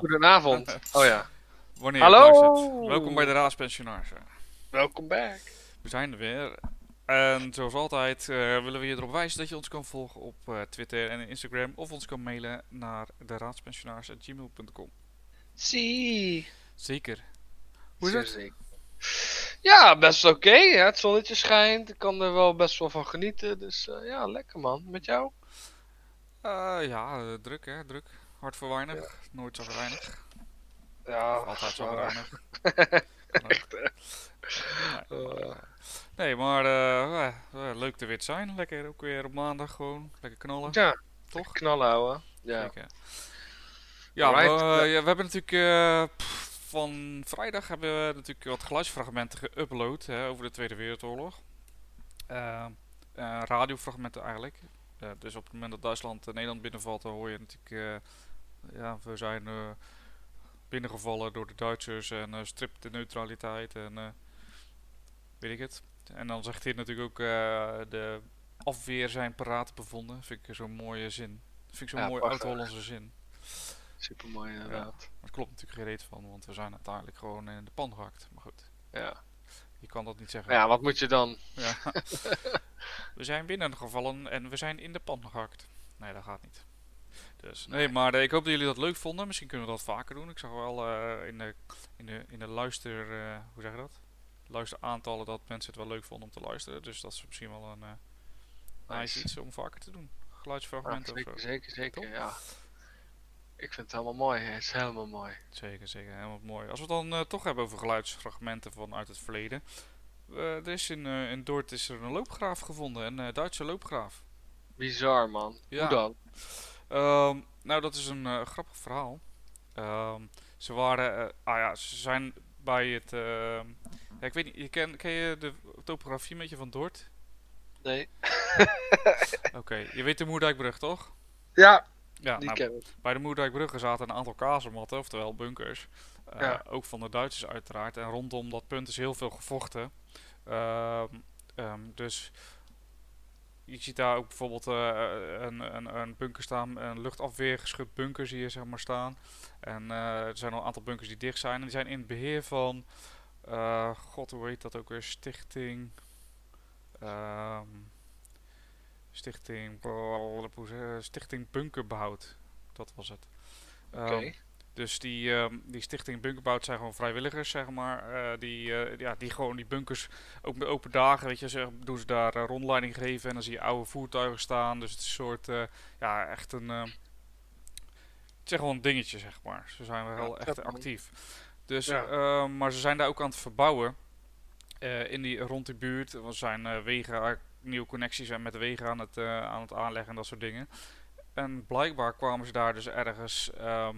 Goedenavond. Oh ja. Wanneer je het Hallo! luistert. Welkom bij de Raadspensionarissen. Welkom back. We zijn er weer. En zoals altijd willen we je erop wijzen dat je ons kan volgen op Twitter en Instagram. Of ons kan mailen naar deraadspensionaris@gmail.com. Zie. Zeker. Hoe is Zeer het? zeker. Ja, best oké. Ja, het zonnetje schijnt. Ik kan er wel best wel van genieten. Dus ja, lekker man. Met jou? Ja, druk hè, druk. Hard voor weinig. Ja. Nooit zo weinig. Ja, Of altijd zo zwaar. weinig. Kan ook. Echt hè. Nee, nee, maar leuk er weer te zijn. Lekker ook weer op maandag gewoon. Lekker knallen. Ja, Toch? knallen houden. Ja. Zeker. Ja, Alright. ja, we hebben natuurlijk van vrijdag hebben we natuurlijk wat geluidsfragmenten geüpload over de Tweede Wereldoorlog. Radiofragmenten eigenlijk. Dus op het moment dat Duitsland Nederland binnenvalt, dan hoor je natuurlijk, ja, we zijn binnengevallen door de Duitsers en stript de neutraliteit en weet ik het. En dan zegt hij natuurlijk ook de afweer zijn paraat bevonden. Vind ik zo'n mooie zin. Vind ik zo'n Ja, mooi prachtig. oud-Hollandse zin. Super mooi inderdaad. Maar het klopt natuurlijk geen reet van, want we zijn uiteindelijk gewoon in de pan gehakt. Maar goed, Ja. je kan dat niet zeggen. Maar ja, wat moet je dan? Ja. We zijn binnengevallen en we zijn in de pan gehakt. Nee, dat gaat niet. Dus, nee, maar ik hoop dat jullie dat leuk vonden. Misschien kunnen we dat vaker doen. Ik zag wel in de luister, hoe zeg je dat? Luisteraantallen dat mensen het wel leuk vonden om te luisteren. Dus dat is misschien wel een nice Nice. iets om vaker te doen. Ja, Geluidsfragmenten of zo. zeker. Toch? Ja. Ik vind het helemaal mooi. Het is helemaal mooi. Zeker, helemaal mooi. Als we het dan toch hebben over geluidsfragmenten vanuit het verleden. Er is in Dordt is er een loopgraaf gevonden, een Duitse loopgraaf. Bizar man. Ja. Hoe dan? Nou, dat is een grappig verhaal. Ze waren, ze zijn bij het, ja, ik weet niet, ken je de topografie een beetje van Dordt? Nee. Oké, je weet de Moerdijkbrug toch? Ja, Ja, die nou, ken ik. bij de Moerdijkbruggen zaten een aantal kazematten, oftewel bunkers. Ja. Ook van de Duitsers uiteraard. En rondom dat punt is heel veel gevochten. Ehm, dus je ziet daar ook bijvoorbeeld een bunker staan, een luchtafweergeschut bunker zie je zeg maar staan. En er zijn al een aantal bunkers die dicht zijn. En die zijn in het beheer van, god hoe heet dat ook weer, ehm, Stichting Bunkerbehoud. Dat was het. Oké. Dus die stichting Bunkerbehoud zijn gewoon vrijwilligers, zeg maar. Die gewoon die bunkers, ook met open dagen, weet je, doen ze daar rondleiding geven. En dan zie je oude voertuigen staan. Dus het is een soort, ja, echt een, het is gewoon een dingetje, zeg maar. Ze zijn wel heel echt actief. Dus, Ja. maar ze zijn daar ook aan het verbouwen. Rond die buurt. Want er zijn wegen, nieuwe connecties zijn met de wegen aan het aanleggen en dat soort dingen. En blijkbaar kwamen ze daar dus ergens,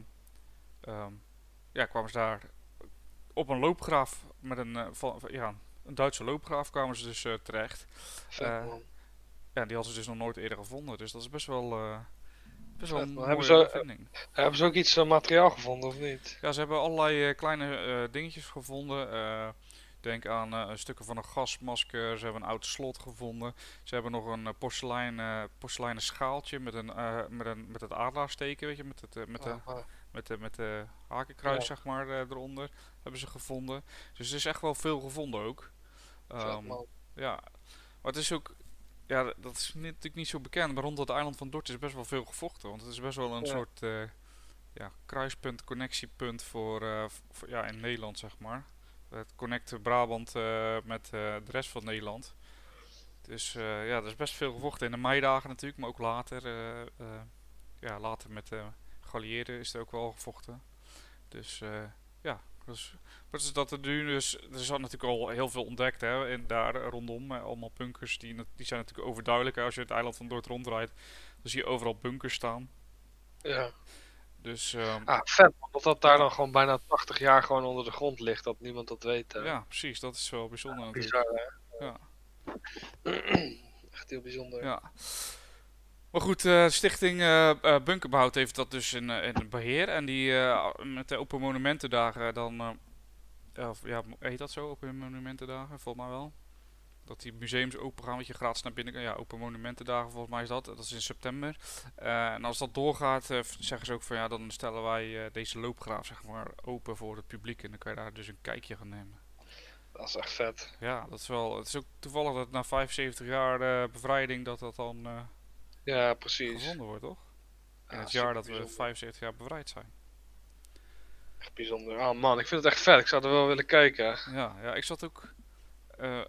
kwamen ze daar op een loopgraaf met een Duitse loopgraaf kwamen ze dus terecht. Vet, man. Ja, die hadden ze dus nog nooit eerder gevonden. Dus dat is best wel Vet, een man. mooie vinding. Hebben ze ook iets materiaal gevonden of niet? Ja, ze hebben allerlei kleine dingetjes gevonden. Denk aan stukken van een gasmasker. Ze hebben een oud slot gevonden. Ze hebben nog een porseleinen schaaltje met het adelaarsteken, weet je, met de hakenkruis zeg maar eronder hebben ze gevonden. Dus er is echt wel veel gevonden ook. Vet, man. Ja, maar het is ook, ja, dat is natuurlijk niet zo bekend, maar rond het eiland van Dort is best wel veel gevochten, want het is best wel een soort kruispunt, connectiepunt voor in Nederland zeg maar. Het connecten Brabant met de rest van Nederland. Dus er is best veel gevochten in de meidagen natuurlijk, maar ook later. Later met de geallieerden is er ook wel gevochten. Dus wat is dat er nu? Dus er is natuurlijk al heel veel ontdekt hè, daar rondom. Allemaal bunkers, die zijn natuurlijk overduidelijk. Hè. Als je het eiland van Dort rondrijdt, dan zie je overal bunkers staan. Ja. Dus, vet, omdat dat daar dan gewoon bijna 80 jaar gewoon onder de grond ligt, dat niemand dat weet. Ja, precies, dat is wel bijzonder natuurlijk. Bizar, hè? Ja. Echt heel bijzonder. Ja. Maar goed, Stichting Bunkerbehoud heeft dat dus in beheer. En die met de Open Monumentendagen dan... heet dat zo, Open Monumentendagen? Volgens mij wel. dat die museums open gaan, dat je gratis naar binnen kan. Ja, Open Monumentendagen volgens mij is dat. Dat is in september. En als dat doorgaat, zeggen ze ook van ja, dan stellen wij deze loopgraaf zeg maar open voor het publiek. En dan kan je daar dus een kijkje gaan nemen. Dat is echt vet. Ja, dat is wel. Het is ook toevallig dat na 75 jaar bevrijding dat dan Ja, precies. gevonden wordt, toch? In Ja, het jaar dat we superbijzonder. 75 jaar bevrijd zijn. Echt bijzonder. Oh man, ik vind het echt vet. Ik zou er wel willen kijken. Ja, ik zat ook eh,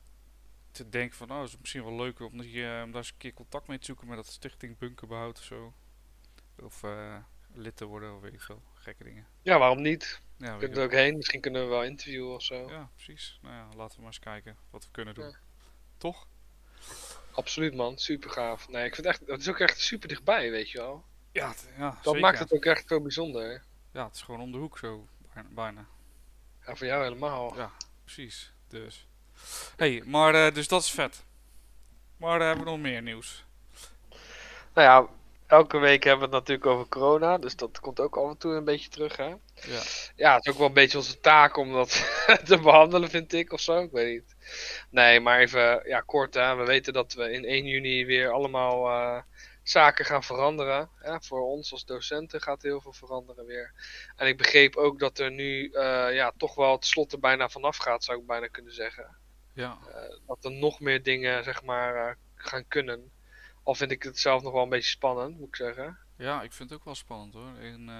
te denken van, oh, is het misschien wel leuk om daar eens een keer contact mee te zoeken met dat Stichting Bunkerbehoud of zo. Of lid te worden, of weet ik veel. Gekke dingen. Ja, waarom niet? Ja, We weet ik kunnen er ook ook heen. Misschien kunnen we wel interviewen of zo. wel. Ja, precies. Nou ja, laten we maar eens kijken wat we kunnen doen. Ja. Toch? Absoluut man, super gaaf. Nee, ik vind het echt, het is ook echt super dichtbij, weet je wel. Ja, ja Dat zeker. maakt het ook echt zo bijzonder. Ja, het is gewoon om de hoek zo, bijna. Ja, voor jou helemaal. Ja, precies. Dus. Hey, maar dus dat is vet. Maar hebben we nog meer nieuws? Nou ja, elke week hebben we het natuurlijk over corona. Dus dat komt ook af en toe een beetje terug, hè. Ja. Ja, het is ook wel een beetje onze taak om dat te behandelen, vind ik, of zo. Ik weet niet. Nee, maar even ja, kort, hè. We weten dat we in 1 juni weer allemaal zaken gaan veranderen. Hè. Voor ons als docenten gaat heel veel veranderen weer. En ik begreep ook dat er nu ja, toch wel het slot er bijna vanaf gaat, zou ik bijna kunnen zeggen. Ja. Dat er nog meer dingen, zeg maar, gaan kunnen. Al vind ik het zelf nog wel een beetje spannend, moet ik zeggen. Ja, ik vind het ook wel spannend hoor. En,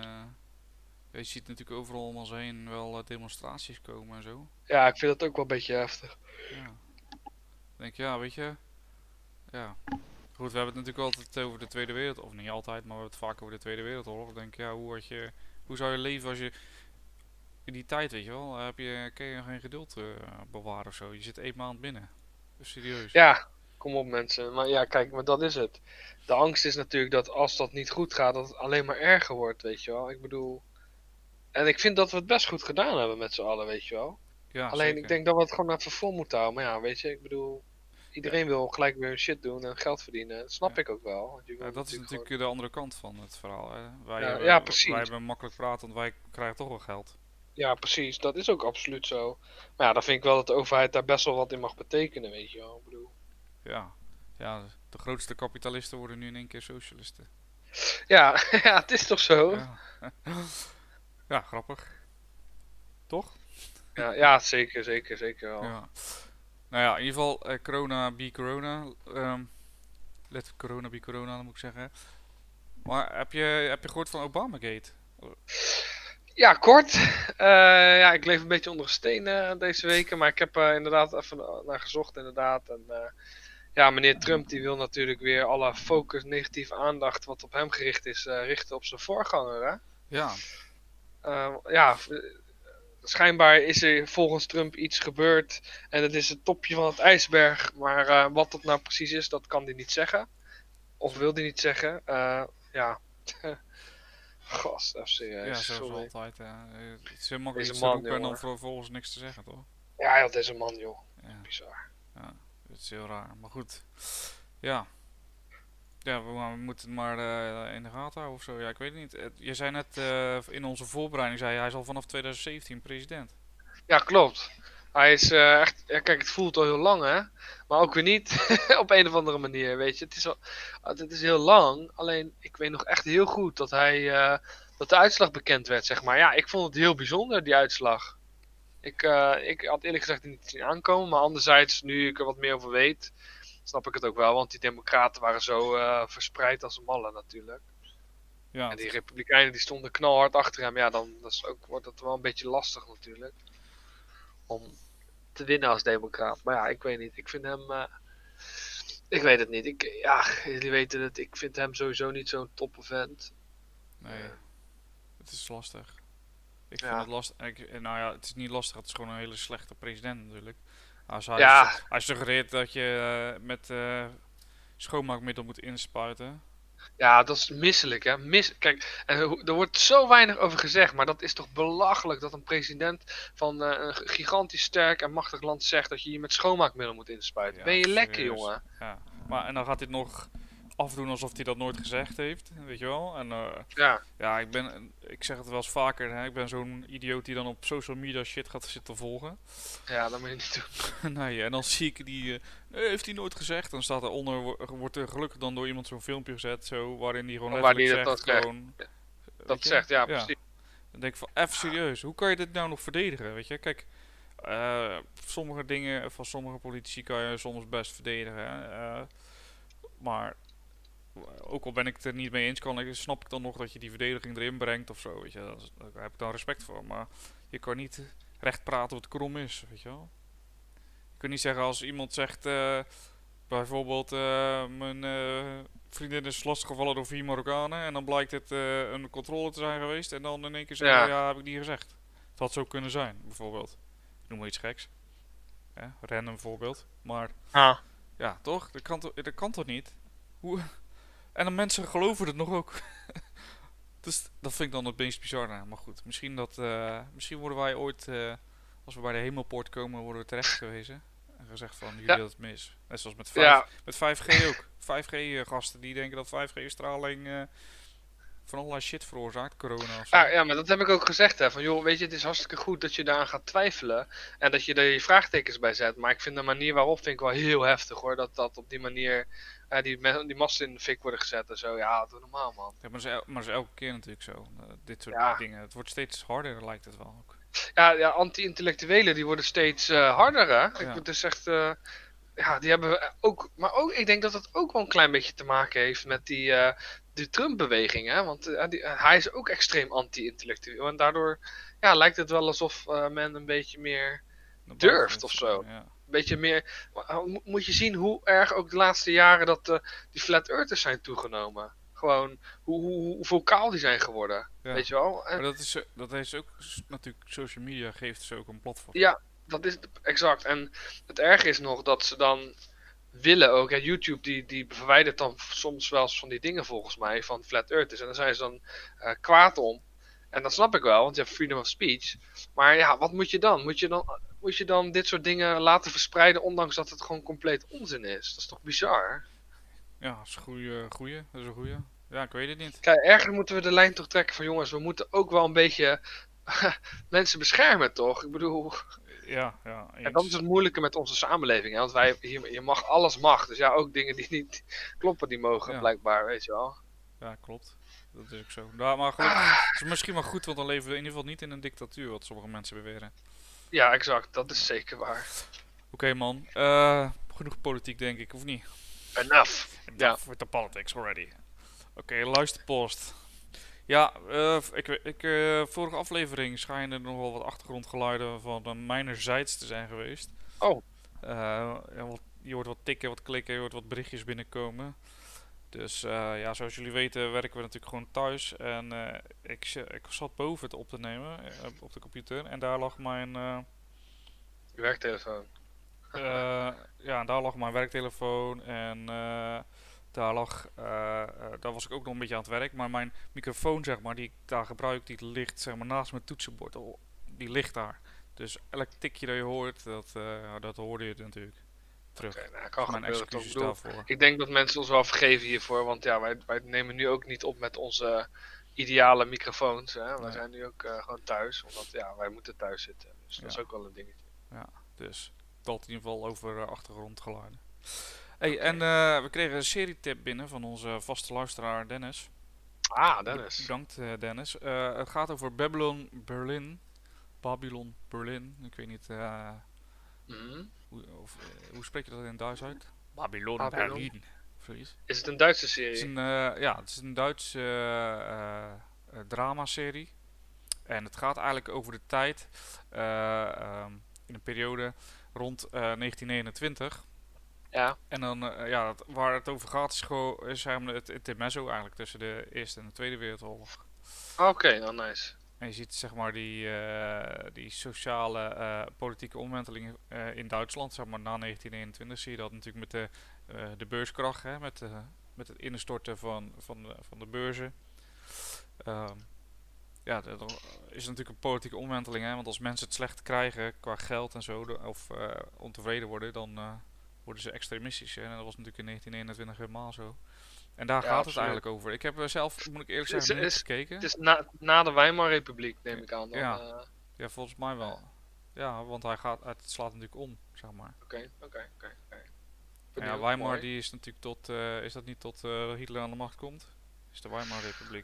je ziet natuurlijk overal om ons heen wel demonstraties komen en zo. Ja, ik vind dat ook wel een beetje heftig. Ja. Ik denk, ja, weet je. Ja. Goed, we hebben het natuurlijk altijd over de Tweede Wereldoorlog. Of niet altijd, maar we hebben het vaak over de Tweede Wereldoorlog. Ik denk, ja, hoe zou je leven als je in die tijd, weet je wel, kun je geen geduld bewaren of zo. Je zit 1 maand binnen. Dus serieus. Ja, kom op mensen. Maar ja, kijk, maar dat is het. De angst is natuurlijk dat als dat niet goed gaat, dat het alleen maar erger wordt, weet je wel. Ik bedoel... En ik vind dat we het best goed gedaan hebben met z'n allen, weet je wel. Ja, Alleen zeker. ik denk dat we het gewoon even vol moeten houden. Maar ja, weet je, ik bedoel... Iedereen wil gelijk weer hun shit doen en geld verdienen. Dat snap Ja. ik ook wel. Want je wil Ja, dat is natuurlijk gewoon... de andere kant van het verhaal. Hè. Ja, precies. Wij hebben makkelijk praten, want wij krijgen toch wel geld. Ja, precies. Dat is ook absoluut zo. Maar ja, dan vind ik wel dat de overheid daar best wel wat in mag betekenen, weet je wel. Ik bedoel... Ja. Ja, de grootste kapitalisten worden nu in één keer socialisten. Ja, ja, het is toch zo? Ja. Ja, grappig. Toch? Ja, ja, zeker, zeker, zeker wel. Ja. Nou ja, in ieder geval, corona be corona. Let corona be corona, dan moet ik zeggen. Maar heb je gehoord van Obamagate? Ja, kort. Ja, ik leef een beetje onder een steen deze weken, maar ik heb inderdaad even naar gezocht, inderdaad. En ja, meneer Trump die wil natuurlijk weer alle focus, negatieve aandacht wat op hem gericht is, richten op zijn voorganger, hè? Ja. Ja, schijnbaar is er volgens Trump iets gebeurd en het is het topje van het ijsberg, maar wat dat nou precies is, dat kan hij niet zeggen. Of wil hij niet zeggen. Ja. Gast, even Ja, serieus. zoals Sorry. altijd. Het is heel makkelijk Deze iets te man, roepen en dan jongen. vervolgens niks te zeggen, toch? Ja, joh, deze man, joh. Ja, Bizar. ja, het is heel raar. Maar goed. Ja. Ja, we moeten het maar in de gaten houden of zo. Ja, ik weet het niet. Je zei net in onze voorbereiding, zei je, hij is al vanaf 2017 president. Ja, klopt. Hij is echt... Ja, kijk, het voelt al heel lang, hè. Maar ook weer niet op een of andere manier, weet je. Het is heel lang. Alleen, ik weet nog echt heel goed dat dat de uitslag bekend werd, zeg maar. Ja, ik vond het heel bijzonder, die uitslag. Ik had eerlijk gezegd niet zien aankomen. Maar anderzijds, nu ik er wat meer over weet, snap ik het ook wel. Want die democraten waren zo verspreid als een malle natuurlijk. Ja, En die republikeinen die stonden knalhard achter hem. Ja, dan wordt het wel een beetje lastig natuurlijk. Om te winnen als democraat. Maar ja, ik weet niet. Ik vind hem... ik weet het niet. Ja, jullie weten het. Ik vind hem sowieso niet zo'n toffe vent. nee, het is lastig. Ik Ja. vind het lastig. Nou ja, het is niet lastig, het is gewoon een hele slechte president natuurlijk. Als Ja. hij suggereert dat je met schoonmaakmiddel moet inspuiten. Ja, dat is misselijk, hè. Kijk, en er wordt zo weinig over gezegd, maar dat is toch belachelijk dat een president van een gigantisch sterk en machtig land zegt dat je hier met schoonmaakmiddel moet inspuiten. Ja, Ben je lekker, serieus. jongen? Ja. Maar en dan gaat dit nog afdoen alsof hij dat nooit gezegd heeft, weet je wel. En Ja, ja, ik zeg het wel eens vaker, hè, ik ben zo'n idioot die dan op social media shit gaat zitten volgen. ja, dat moet je niet doen. Nee, en dan zie ik die, heeft hij nooit gezegd. Dan staat eronder, wordt er gelukkig dan door iemand zo'n filmpje gezet, zo, waarin hij gewoon Waar letterlijk die dat dan zegt, zegt. gewoon, weet Dat je? zegt, ja, Ja. precies. Dan denk ik van, even serieus, hoe kan je dit nou nog verdedigen, weet je? Kijk, sommige dingen van sommige politici kan je soms best verdedigen, hè. Maar ook al ben ik het er niet mee eens, snap ik dan nog dat je die verdediging erin brengt of zo, weet je. Daar heb ik dan respect voor. Maar je kan niet recht praten wat krom is, weet je wel. Je kunt niet zeggen als iemand zegt, bijvoorbeeld, mijn vriendin is lastiggevallen door 4 Marokkanen. En dan blijkt het een controle te zijn geweest. En dan in één keer zeggen, Ja, ja, heb ik niet gezegd. Het had zo kunnen zijn, bijvoorbeeld. Ik noem maar iets geks. Random voorbeeld. Maar ah, ja, toch? Dat kan toch niet? Hoe? En dan mensen geloven het nog ook. Dus dat vind ik dan het meest bizarre. Maar goed, misschien worden wij ooit, als we bij de hemelpoort komen, worden we terecht gewezen. En gezegd van, jullie ja, hadden het mis. Net zoals ja, met 5G ook. 5G-gasten die denken dat 5G-straling van allerlei shit veroorzaakt. Corona of zo. ja, maar dat heb ik ook gezegd, hè. Van, joh, weet je, het is hartstikke goed dat je daaraan gaat twijfelen. En dat je er je vraagtekens bij zet. Maar ik vind de manier waarop vind ik wel heel heftig, hoor. Dat op die manier die masten in de fik worden gezet en zo. Ja, dat is normaal, man. Ja, maar dat is elke keer natuurlijk zo. Dit soort Ja, dingen. Het wordt steeds harder, lijkt het wel ook. ja, anti-intellectuelen die worden steeds harder, hè. Ja, Het is echt... ja, die hebben ook... Maar ook, ik denk dat het ook wel een klein beetje te maken heeft met die Trump-beweging, hè. Want hij is ook extreem anti-intellectueel. En daardoor ja, lijkt het wel alsof men een beetje meer naar buiten durft wil of staan, zo. ja. Een beetje meer... Moet je zien hoe erg ook de laatste jaren dat die flat earthers zijn toegenomen. Gewoon hoe vocaal die zijn geworden. Ja. Weet je wel? Maar dat is ook natuurlijk, social media geeft ze ook een platform. Ja, dat is exact. En het erge is nog dat ze dan willen ook. Ja, YouTube die verwijdert dan soms wel eens van die dingen volgens mij van Flat Earthers. En daar zijn ze dan kwaad om. En dat snap ik wel, want je hebt freedom of speech. Maar ja, wat moet je dan? Moet je dan dit soort dingen laten verspreiden ondanks dat het gewoon compleet onzin is? Dat is toch bizar? Ja, dat is een goeie. Dat is een goeie. Ja, ik weet het niet. Kijk, ergens moeten we de lijn toch trekken van jongens, we moeten ook wel een beetje mensen beschermen, toch? Ik bedoel, Ja, en dat is eens. het moeilijke met onze samenleving, hè? Want wij hier, je mag alles mag. Dus ja, ook dingen die niet kloppen, die mogen Ja, blijkbaar, weet je wel. ja, klopt. Dat is ook zo. Ja, maar gelukkig, het is misschien wel goed, want dan leven we in ieder geval niet in een dictatuur, wat sommige mensen beweren. Ja, exact, dat Ja. is zeker waar. Oké, man. Genoeg politiek, denk ik, of niet? Enough. Ja. Enough with the politics already. Oké, luisterpost. Ja, vorige aflevering schijnen er nog wel wat achtergrondgeluiden van mijnerzijds te zijn geweest. Oh, Ja, je hoort wat tikken, wat klikken, je hoort wat berichtjes binnenkomen. Dus ja, zoals jullie weten werken we natuurlijk gewoon thuis. En ik zat boven het op te nemen op de computer. En daar lag mijn, je werktelefoon. ja, daar lag mijn werktelefoon. En daar was ik ook nog een beetje aan het werk. Maar mijn microfoon, zeg maar, die ik daar gebruik, die ligt zeg maar naast mijn toetsenbord. Die ligt daar. Dus elk tikje dat je hoort, dat hoorde je natuurlijk terug. Oké, nou, Dus kan mijn gebeuren toch. Ik excuses bedoel, daarvoor. ik denk dat mensen ons wel vergeven hiervoor, want ja, wij nemen nu ook niet op met onze ideale microfoons. Hè? Wij Nee, zijn nu ook gewoon thuis, omdat ja, wij moeten thuis zitten. Dus dat is ja, ook wel een dingetje. ja. Dus dat in ieder geval over achtergrondgeluiden. Hey, en Oké. we kregen een serietip binnen van onze vaste luisteraar Dennis. Ah, Dennis. Bedankt Dennis. Het gaat over Babylon Berlin. Babylon Berlin. Ik weet niet Mhm. hoe spreek je dat in het Duits uit? Babylon Babylon. Berlin. Of zoiets. Is het een Duitse Het is serie? het is een Duitse dramaserie. En het gaat eigenlijk over de tijd in een periode rond 1921. Ja. En dan, ja, waar het over gaat is gewoon is helemaal het intermezzo eigenlijk tussen de Eerste en de Tweede Wereldoorlog. Oké, nou nice. En je ziet zeg maar die sociale politieke omwentelingen in Duitsland, zeg maar na 1921 zie je dat natuurlijk met de beurskracht, hè, met het ineenstorten van de beurzen. Ehm, ja, dan is er natuurlijk een politieke omwenteling, hè, want als mensen het slecht krijgen qua geld en zo, of ontevreden worden, dan worden ze extremistisch. Hè, en dat was natuurlijk in 1921 helemaal zo. En daar Ja, gaat het absoluut. eigenlijk over. Ik heb zelf, moet ik eerlijk Het zeggen, nog niet is, gekeken. het is na de Weimarrepubliek, neem ik aan dan. Ja, ja, volgens mij Oké, wel. Ja, want het slaat natuurlijk om, zeg maar. oké. En ja, Benieuwd, Weimar mooi. die is natuurlijk is dat niet tot Hitler aan de macht komt? Is de Weimarrepubliek.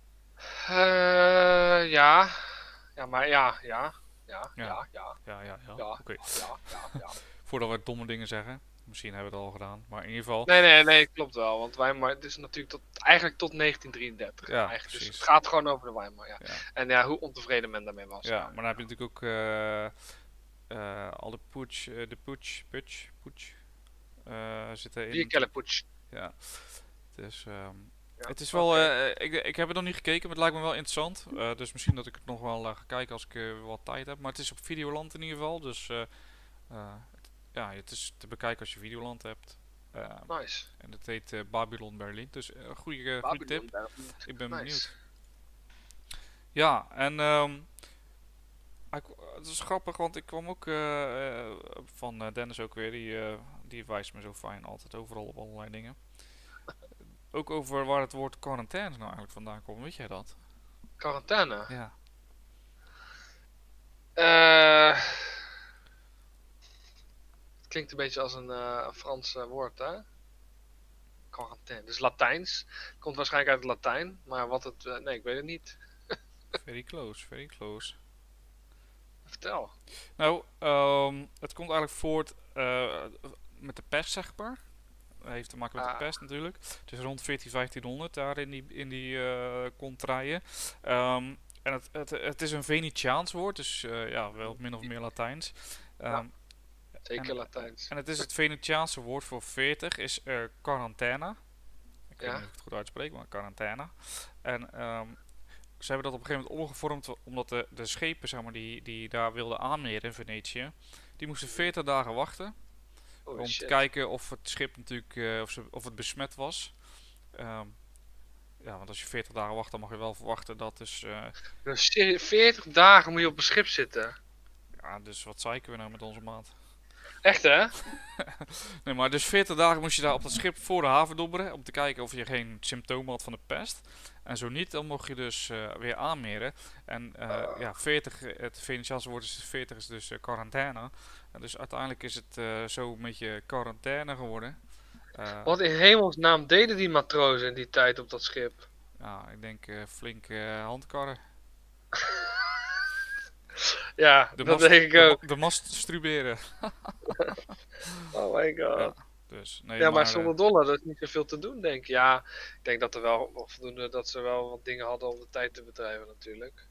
Ja. Ja, maar ja. Ja, ja. Ja, Oké. ja. Voordat we domme dingen zeggen. Misschien hebben we het al gedaan. Maar in ieder geval. Nee, klopt wel. Want Weimar, het is natuurlijk eigenlijk tot 1933. Ja, Eigenlijk. Dus het precies. gaat gewoon over de Weimar, ja. Ja. En ja, hoe ontevreden men daarmee was. Ja, maar dan heb je natuurlijk ook al de putsch zitten in. Bierkellerputsch. Ja, dus Ja, het is wel, oké. ik heb het nog niet gekeken, maar het lijkt me wel interessant. Dus misschien dat ik het nog wel ga kijken als ik wat tijd heb. Maar het is op Videoland in ieder geval, dus ja, het is te bekijken als je Videoland hebt. Nice. En het heet Babylon Berlin, dus een goede Babylon tip. Berlin. Ik ben Nice. benieuwd. Ja, en het is grappig, want ik kwam ook van Dennis ook weer. Die wijst me zo fijn altijd overal op allerlei dingen. Ook over waar het woord quarantaine nou eigenlijk vandaan komt. Weet jij dat? Quarantaine. Ja. Het klinkt een beetje als een Frans woord, hè? Quarantaine. Dus Latijns. Komt waarschijnlijk uit het Latijn. Maar wat het... nee, ik weet het niet. Very close, very close. Vertel. Nou, het komt eigenlijk voort met de pest, zeg maar. Dat heeft te maken met de pest natuurlijk. Het is rond 1500 daar in die contraien. En het is een Venetiaans woord, dus ja, wel min of meer Latijns. Zeker Latijns. En het is het Venetiaanse woord voor 40, is quarantena. Ik weet niet of ik het goed uitspreek, maar quarantena. En ze hebben dat op een gegeven moment omgevormd omdat de schepen, zeg maar, die daar wilden aanmeren in Venetië, die moesten 40 dagen wachten. Om te kijken of het schip natuurlijk of het besmet was. Ja, want als je 40 dagen wacht, dan mag je wel verwachten dat dus... Dus 40 dagen moet je op een schip zitten. Ja, dus wat zeiken we nou met onze maat? Echt, hè? Nee, maar dus 40 dagen moest je daar op dat schip voor de haven dobberen. Om te kijken of je geen symptomen had van de pest. En zo niet, dan mocht je dus weer aanmeren. En ja, 40, het Venetiaanse woord is 40 is dus quarantaine. En dus uiteindelijk is het zo een beetje quarantaine geworden. Wat in hemelsnaam deden die matrozen in die tijd op dat schip? Ja, ik denk flink handkarren. Ja, dat denk ik ook. De mast struberen. Oh my god. Ja, dus, nee, ja, maar zonder dollar, dat is niet zoveel te doen, denk ik. Ja, ik denk dat er wel voldoende, dat ze wel wat dingen hadden om de tijd te bedrijven, natuurlijk.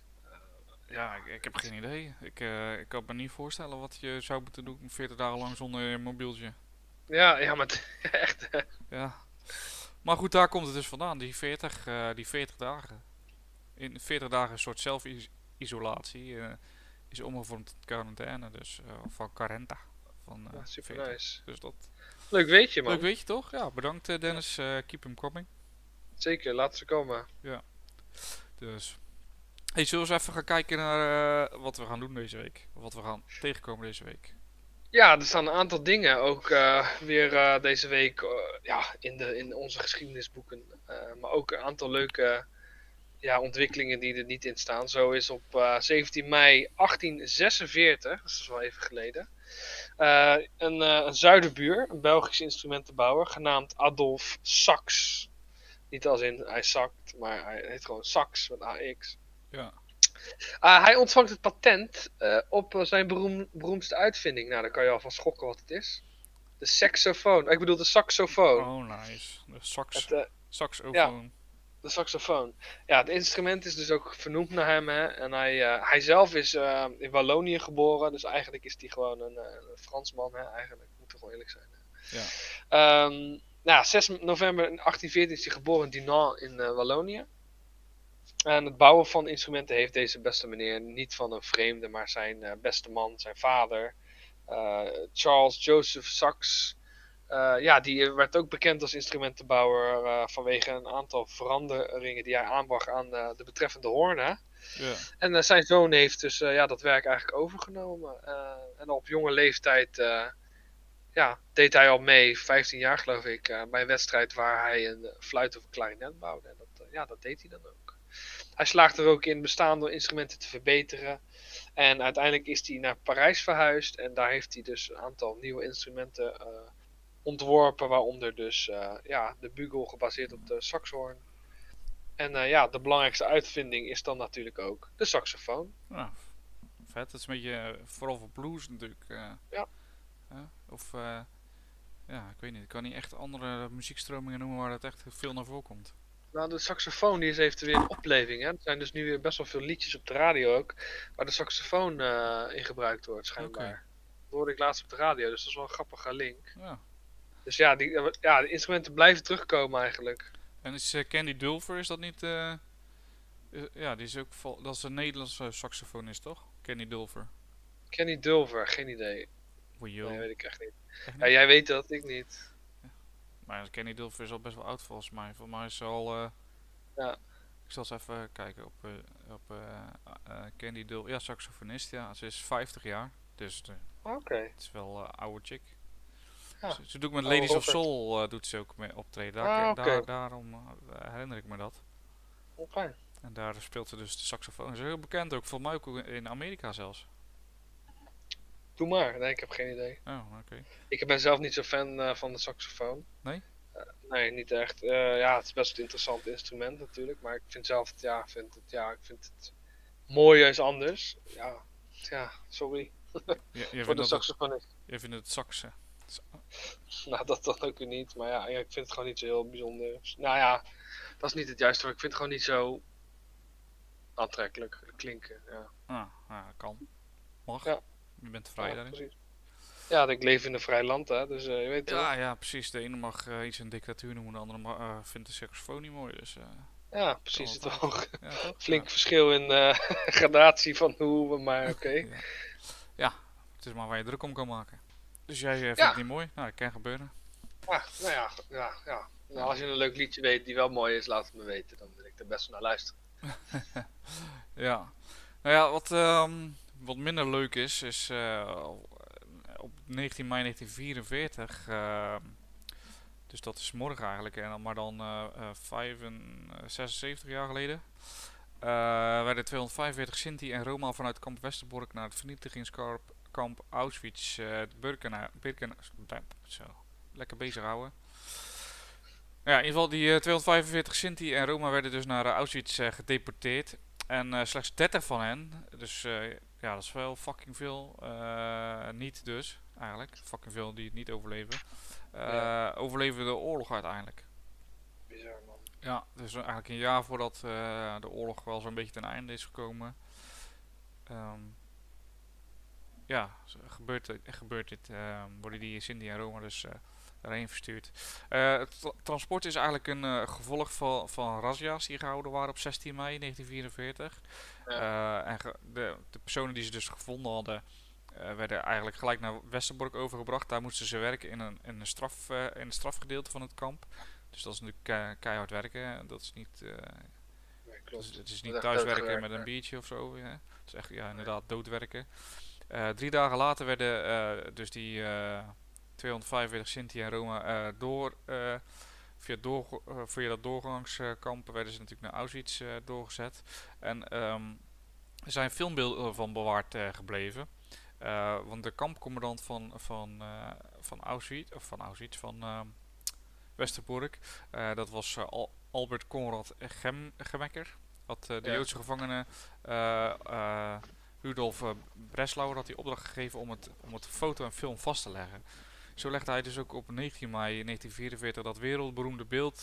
Ja, ik heb geen idee. Ik kan me niet voorstellen wat je zou moeten doen 40 dagen lang zonder je mobieltje. Ja, maar echt. Ja. Maar goed, daar komt het dus vandaan, die 40 dagen. In 40 dagen een soort zelfisolatie is omgevormd tot quarantaine, dus van quarenta. Van, Ja, super 40. nice. Dus dat... Leuk weet je, man. Leuk weet je toch? Ja, bedankt Dennis. Keep him coming. Zeker, laat ze komen. Ja. Dus... Hey, zullen we eens even gaan kijken naar wat we gaan doen deze week? Of wat we gaan tegenkomen deze week? Ja, er staan een aantal dingen ook weer deze week ja, in onze geschiedenisboeken. Maar ook een aantal leuke ontwikkelingen die er niet in staan. Zo is op 17 mei 1846, dat is wel even geleden, een zuiderbuur, een Belgische instrumentenbouwer, genaamd Adolphe Sax. Niet als in hij zakt, maar hij heet gewoon Sax met AX. Ja. Hij ontvangt het patent op zijn beroemdste uitvinding. Nou, dan kan je al van schokken wat het is. De saxofoon. Ik bedoel de saxofoon. Oh, nice. De saxofoon. Ja, de saxofoon. Ja, het instrument is dus ook vernoemd naar hem. Hè? En hij zelf is in Wallonië geboren. Dus eigenlijk is hij gewoon een Fransman. Hè? Eigenlijk, moet toch wel eerlijk zijn. Hè? Ja. Nou, 6 november 1814 is hij geboren in Dinan in Wallonië. En het bouwen van instrumenten heeft deze beste meneer niet van een vreemde, maar zijn beste man, zijn vader, Charles Joseph Sax. Ja, die werd ook bekend als instrumentenbouwer vanwege een aantal veranderingen die hij aanbracht aan de betreffende hoornen. Ja. En zijn zoon heeft dus dat werk eigenlijk overgenomen. En op jonge leeftijd deed hij al mee, 15 jaar geloof ik, bij een wedstrijd waar hij een fluit of een klarinet bouwde. En dat deed hij dan ook. Hij slaagt er ook in bestaande instrumenten te verbeteren. En uiteindelijk is hij naar Parijs verhuisd. En daar heeft hij dus een aantal nieuwe instrumenten ontworpen. Waaronder dus de bugel gebaseerd op de saxhoorn. En de belangrijkste uitvinding is dan natuurlijk ook de saxofoon. Ja, vet. Dat is een beetje, vooral voor blues natuurlijk. Ja. Of, ja, ik weet niet. Ik kan niet echt andere muziekstromingen noemen waar het echt veel naar voren komt. Nou, de saxofoon die heeft weer een opleving. Hè? Er zijn dus nu weer best wel veel liedjes op de radio ook. Waar de saxofoon in gebruikt wordt, schijnbaar. Oké. Dat hoorde ik laatst op de radio, dus dat is wel een grappige link. Ja. Dus ja, de instrumenten blijven terugkomen eigenlijk. En is Candy Dulfer, is dat niet... ja, die is ook dat is een Nederlandse saxofonist, toch? Candy Dulfer. Kenny Dulver, geen idee. Wajo. Nee, weet ik echt niet. Echt Ja, niet? jij weet dat, ik niet. Maar Candy Dulfer is al best wel oud volgens mij. Volgens mij is ze al... Ja, ik zal eens even kijken op Candy Dulfer. Ja, saxofonist, ja. Ze is 50 jaar. Dus oké. het is wel oude chick. Ja. Ze doet met Oh, Ladies of Robert. Soul doet ze ook mee optreden. Oké. Daarom herinner ik me dat. Oké. En daar speelt ze dus de saxofoon. Ze is heel bekend ook, volgens mij ook in Amerika zelfs. Doe maar. Nee, ik heb geen idee. Oh, oké. Ik ben zelf niet zo fan van de saxofoon. Nee? Nee, niet echt. Ja, het is best een interessant instrument natuurlijk. Maar ik vind zelf ik vind het mooier is anders. Ja, sorry. Jij Voor vindt de dat het, saxofonist. jij vindt het saxen. Nou, dat dan ook weer niet. Maar ja, ik vind het gewoon niet zo heel bijzonder. Nou ja, dat is niet het juiste woord. Ik vind het gewoon niet zo aantrekkelijk klinken. Ja, Kan. Mag. ja, Je bent vrij ja daarin. precies. Ja, ik leef in een vrij land, hè. Dus je weet toch. Ja, precies. De ene mag iets een dictatuur noemen, de andere vindt de saxofoon niet mooi. Dus Ja, kan precies. Het altijd. toch. Ja, toch? Flink verschil in gradatie van hoe we maar oké. Ja. Ja, het is maar waar je druk om kan maken. Dus jij vindt Ja, het niet mooi? Nou, dat kan gebeuren. nou ja. Nou, als je een leuk liedje weet die wel mooi is, laat het me weten. Dan wil ik er best wel naar luisteren. Ja. Nou ja, wat minder leuk is op 19 mei 1944, dus dat is morgen eigenlijk, maar dan 76 jaar geleden, werden 245 Sinti en Roma vanuit kamp Westerbork naar het vernietigingskamp Auschwitz, zo, lekker bezig houden. Ja, in ieder geval die 245 Sinti en Roma werden dus naar Auschwitz gedeporteerd. En slechts 30 van hen, dus ja, dat is wel fucking veel. Niet dus, eigenlijk. Fucking veel die het niet overleven. Overleven de oorlog uiteindelijk. Bizar, man. Ja, dus eigenlijk een jaar voordat de oorlog wel zo'n beetje ten einde is gekomen. ehm, ja, gebeurt dit. Worden die Sinti en Roma dus daarheen verstuurd. Het transport is eigenlijk een gevolg van razzia's die gehouden waren op 16 mei 1944. Ja, De personen die ze dus gevonden hadden, werden eigenlijk gelijk naar Westerbork overgebracht. Daar moesten ze werken in een strafgedeelte van het kamp. Dus dat is natuurlijk keihard werken. Dat is niet, nee, klopt. het is Dat niet is echt thuiswerken doodgewerkt, met een hè. biertje of zo. Ja. Het is echt Nee. inderdaad doodwerken. 3 dagen later werden dus die 245 Sinti en Roma via dat doorgangskamp werden ze natuurlijk naar Auschwitz doorgezet. En er zijn filmbeelden van bewaard gebleven. Want de kampcommandant van Westerbork, dat was Albert Konrad Gemmecker. Had de Ja, Joodse gevangene Rudolf Breslauer had hij opdracht gegeven om het foto en film vast te leggen. Zo legde hij dus ook op 19 mei 1944 dat wereldberoemde beeld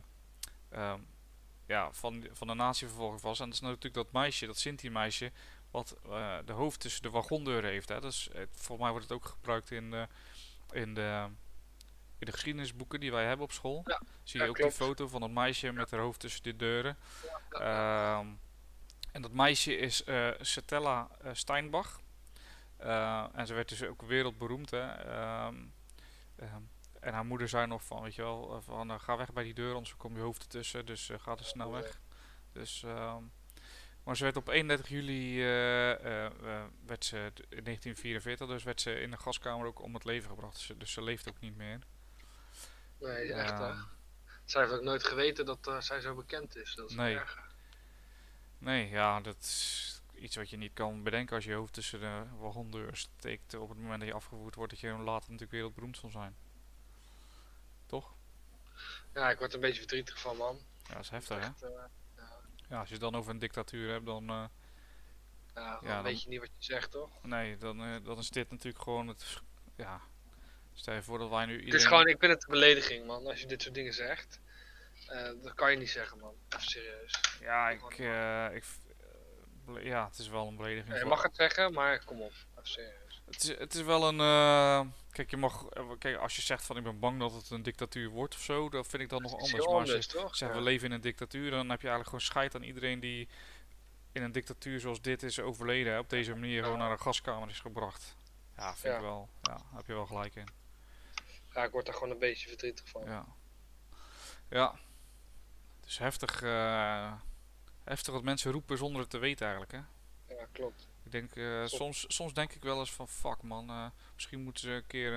van de natievervolging vast. En dat is natuurlijk dat meisje, dat Sinti-meisje, wat de hoofd tussen de wagondeuren heeft. Hè. Dus, volgens mij wordt het ook gebruikt in de, in de geschiedenisboeken die wij hebben op school. ja, Zie ja, je ook die klopt. foto van dat meisje met haar hoofd tussen de deuren. Ja. Ehm, en dat meisje is Stella Steinbach. En ze werd dus ook wereldberoemd. Hè. Ehm, en haar moeder zei nog van, weet je wel, ga weg bij die deur, anders komt je hoofd ertussen. Dus ga er snel weg. Dus Maar ze werd op 31 juli, werd ze in 1944, dus werd ze in de gaskamer ook om het leven gebracht. Dus ze leeft ook niet meer. Nee, echt hè. Ehm, Zij heeft ook nooit geweten dat zij zo bekend is. Dat is het nee, erge. nee, ja, dat is iets wat je niet kan bedenken als je hoofd tussen de wagondeur steekt op het moment dat je afgevoerd wordt, dat je later natuurlijk wereldberoemd zal zijn. Toch? Ja, ik word er een beetje verdrietig van, man. Ja, dat is Het is heftig, hè? echt, ja, Ja, als je het dan over een dictatuur hebt, dan, ja, ja, dan dan, weet je niet wat je zegt, toch? nee, dan is dit natuurlijk gewoon ja, stel je voor dat wij nu Het is iedereen, gewoon, ik vind het een belediging, man. Als je dit soort dingen zegt. Dat kan je niet zeggen, man. Even serieus. ja, Doe gewoon normaal. ja, het is wel een belediging Ja, je voor, mag het zeggen, maar kom op. Even serieus. het is wel een, kijk, je mag, kijk, als je zegt van ik ben bang dat het een dictatuur wordt of zo, dan vind ik dat nog Het is anders. heel Maar als je anders, toch? zegt we Ja. leven in een dictatuur, dan heb je eigenlijk gewoon scheid aan iedereen die in een dictatuur zoals dit is overleden, hè, op deze manier gewoon Ja, naar een gaskamer is gebracht. Ja, vind ik ja. wel, ja, daar heb je wel gelijk in. Ja, ik word daar gewoon een beetje verdrietig van. Ja, ja, het is heftig, heftig wat mensen roepen zonder het te weten eigenlijk, hè. Ja, klopt. Ik denk, Klopt. soms denk ik wel eens van fuck man, misschien moeten ze een keer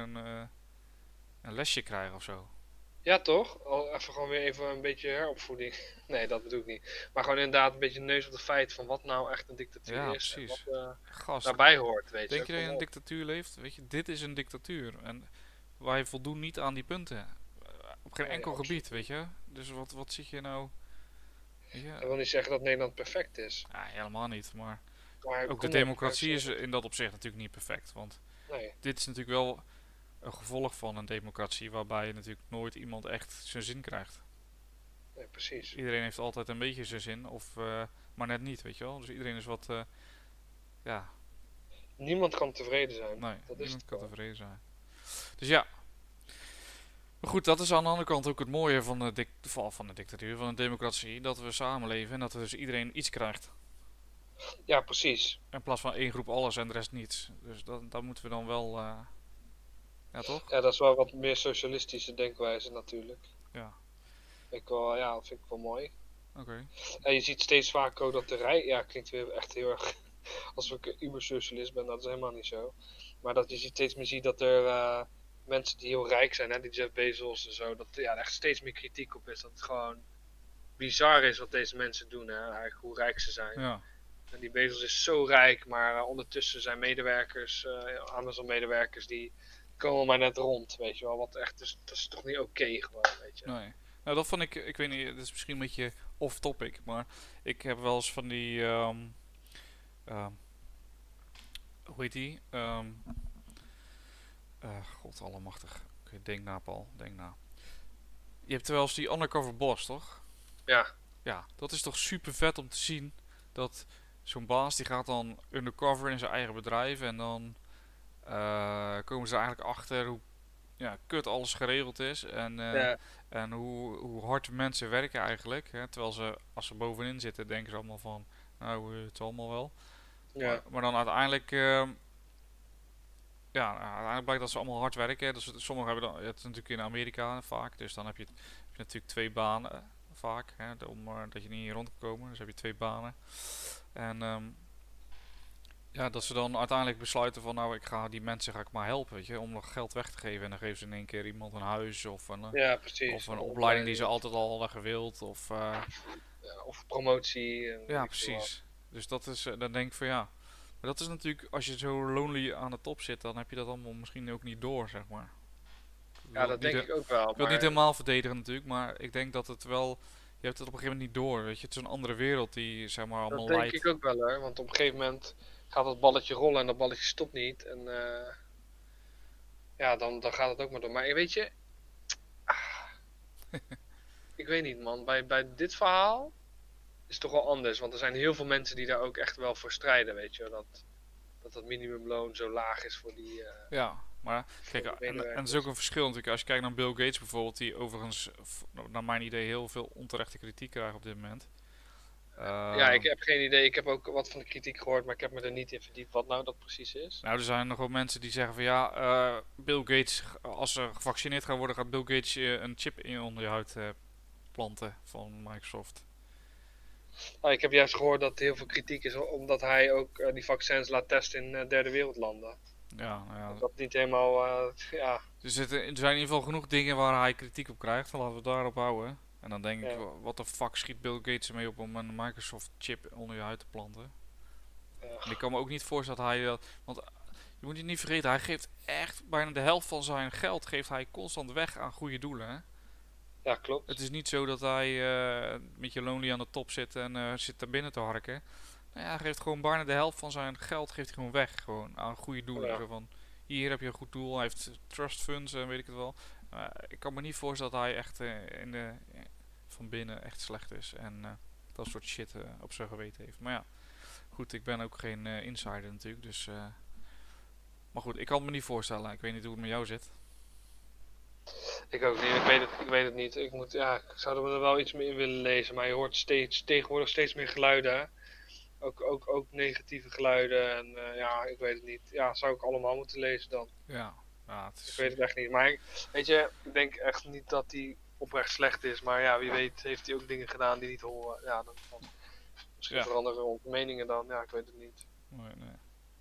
een lesje krijgen of zo. Ja, toch? Al even gewoon weer even een beetje heropvoeding. Nee, dat bedoel ik niet. Maar gewoon inderdaad een beetje neus op de feit van wat nou echt een Ja, dictatuur is. En wat precies. Gast, daarbij hoort, weet denk je. je dat je Kom in een op. dictatuur leeft? Weet je, dit is een dictatuur. En wij voldoen niet aan die punten. Op geen Nee, enkel gebied, absoluut weet niet. je. Dus wat zit je nou... Weet je? Dat wil niet zeggen dat Nederland perfect is. Ja, helemaal niet. Maar Maar ook de kom op. democratie is in dat opzicht natuurlijk niet perfect. Want Nee, dit is natuurlijk wel een gevolg van een democratie waarbij natuurlijk nooit iemand echt zijn zin krijgt. nee, precies. Iedereen heeft altijd een beetje zijn zin, of maar net niet, weet je wel. Dus iedereen is wat, ja, Niemand kan tevreden zijn. nee, Dat is het niemand kan gewoon. tevreden zijn. Dus ja, maar goed, dat is aan de andere kant ook het mooie van van de dictatuur, van de democratie, dat we samenleven en dat er dus iedereen iets krijgt. Ja, precies. In plaats van één groep alles en de rest niets. Dus dat moeten we dan wel, ja toch? Ja, dat is wel wat meer socialistische denkwijze natuurlijk. Ja, Ja, dat vind ik wel mooi. oké. En je ziet steeds vaker ook dat de rij... Ja, klinkt weer echt heel erg alsof ik een uber-socialist ben. Dat is helemaal niet zo. Maar dat je steeds meer ziet dat er mensen die heel rijk zijn, hè, die Jeff Bezos en zo, dat ja, er echt steeds meer kritiek op is. Dat het gewoon bizar is wat deze mensen doen, hè, eigenlijk hoe rijk ze zijn. Ja, En die Bezos is zo rijk, maar ondertussen zijn medewerkers, Amazon-medewerkers, die komen maar net rond, weet je wel. Wat echt, dus, dat is toch niet oké gewoon, weet je. nee. Nou, dat vond ik weet niet, dat is misschien een beetje off-topic, maar ik heb wel eens van die, ehm, hoe heet die? God allemachtig. Oké, denk na Paul, denk na. Je hebt wel eens die undercover boss, toch? Ja, Ja, dat is toch super vet om te zien dat zo'n baas die gaat dan undercover in zijn eigen bedrijf en dan komen ze eigenlijk achter hoe ja, kut alles geregeld is ja, en hoe hard mensen werken eigenlijk. Hè? Terwijl ze, als ze bovenin zitten, denken ze allemaal van, nou, het is allemaal wel. ja, Maar dan uiteindelijk, ja, nou, uiteindelijk blijkt dat ze allemaal hard werken. Dus sommigen hebben dan, het is natuurlijk in Amerika vaak, dus dan heb je natuurlijk twee banen vaak, hè, dat je niet rond kan komen. Dus heb je twee banen. En ja, dat ze dan uiteindelijk besluiten van nou, die mensen ga ik maar helpen, weet je, om nog geld weg te geven. En dan geven ze in één keer iemand een huis ja, of precies. een Of een opleiding die ze opleiding, altijd al hadden gewild. Of, ja, of promotie, en weet ja, ik veel wat. precies. Dus dat is, dan denk ik van ja. Maar dat is natuurlijk, als je zo lonely aan de top zit, dan heb je dat allemaal misschien ook niet door, zeg maar. Ik Ja, wil het dat niet, denk ik ook wel, ik wil het niet maar helemaal verdedigen natuurlijk, maar ik denk dat het wel, je hebt het op een gegeven moment niet door, weet je. Het is een andere wereld die, zeg maar, dat allemaal denk ik leidt. ook wel hoor. Want op een gegeven moment gaat dat balletje rollen en dat balletje stopt niet. En ja, dan gaat het ook maar door. Maar weet je, ik weet niet man, bij dit verhaal is het toch wel anders. Want er zijn heel veel mensen die daar ook echt wel voor strijden, weet je wel. Dat minimumloon zo laag is voor die, Ja, maar voor kijk, die en er is ook medewerkers. een verschil natuurlijk. Als je kijkt naar Bill Gates bijvoorbeeld, die overigens, naar mijn idee, heel veel onterechte kritiek krijgt op dit moment. Ja, ik Ehm, heb geen idee. Ik heb ook wat van de kritiek gehoord, maar ik heb me er niet in verdiept wat nou dat precies is. nou, er zijn nog wel mensen die zeggen van ja, Bill Gates, als ze gevaccineerd gaan worden, gaat Bill Gates je een chip in onder je huid planten van Microsoft. Nou, ik heb juist gehoord dat er heel veel kritiek is omdat hij ook die vaccins laat testen in derde wereldlanden. Ja, nou ja. Dat niet helemaal, ja, Er zijn in ieder geval genoeg dingen waar hij kritiek op krijgt. Dan laten we het daarop houden. En dan denk ik, ja, wat de fuck schiet Bill Gates ermee op om een Microsoft chip onder je huid te planten? En ik kan me ook niet voorstellen dat hij dat... Want je moet je niet vergeten, hij geeft echt bijna de helft van zijn geld geeft hij constant weg aan goede doelen. Hè? ja, Het klopt. is niet zo dat hij met je lonely aan de top zit en zit daar binnen te harken. Nou ja, hij geeft gewoon bijna de helft van zijn geld geeft hij gewoon weg. Gewoon aan goede doelen. Ja. Zo van, hier heb je een goed doel. Hij heeft trust funds en weet ik het wel. Ik kan me niet voorstellen dat hij echt van binnen echt slecht is. En dat soort shit op zijn geweten heeft. Maar ja, goed, ik ben ook geen insider natuurlijk. Dus, maar goed, ik kan het me niet voorstellen. Ik weet niet hoe het met jou zit. Ik ook niet, ik weet het niet. Ik zou er wel iets meer in willen lezen, maar je hoort tegenwoordig steeds meer geluiden. Hè? Ook negatieve geluiden en ja, ik weet het niet. Ja, zou ik allemaal moeten lezen dan? Ja, ja het Ik is... weet het echt niet. Maar weet je, ik denk echt niet dat hij oprecht slecht is. Maar ja, wie weet heeft hij ook dingen gedaan die niet horen. Ja, dan misschien ja, veranderen onze meningen dan. Ja, ik weet het niet. nee, nee.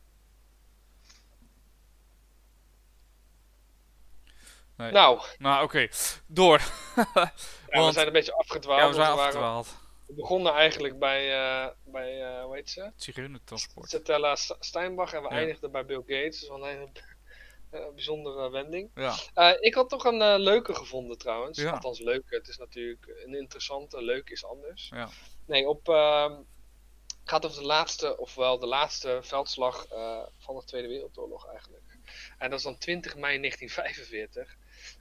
Nee. Nou, Nou, oké. Door. ja, we Want, zijn een beetje ja, we afgedwaald. zijn Want afgedwaald. we begonnen eigenlijk bij hoe heet ze? Zigeunentransport. Stella Steinbach en we Ja. eindigden bij Bill Gates. Dus wel een bijzondere wending. Ja. Ik had toch een leuke gevonden trouwens. Ja. Althans leuke, het is natuurlijk een interessante. Leuk is anders. Ja. Nee, het gaat over de laatste veldslag van de Tweede Wereldoorlog eigenlijk. En dat is dan 20 mei 1945.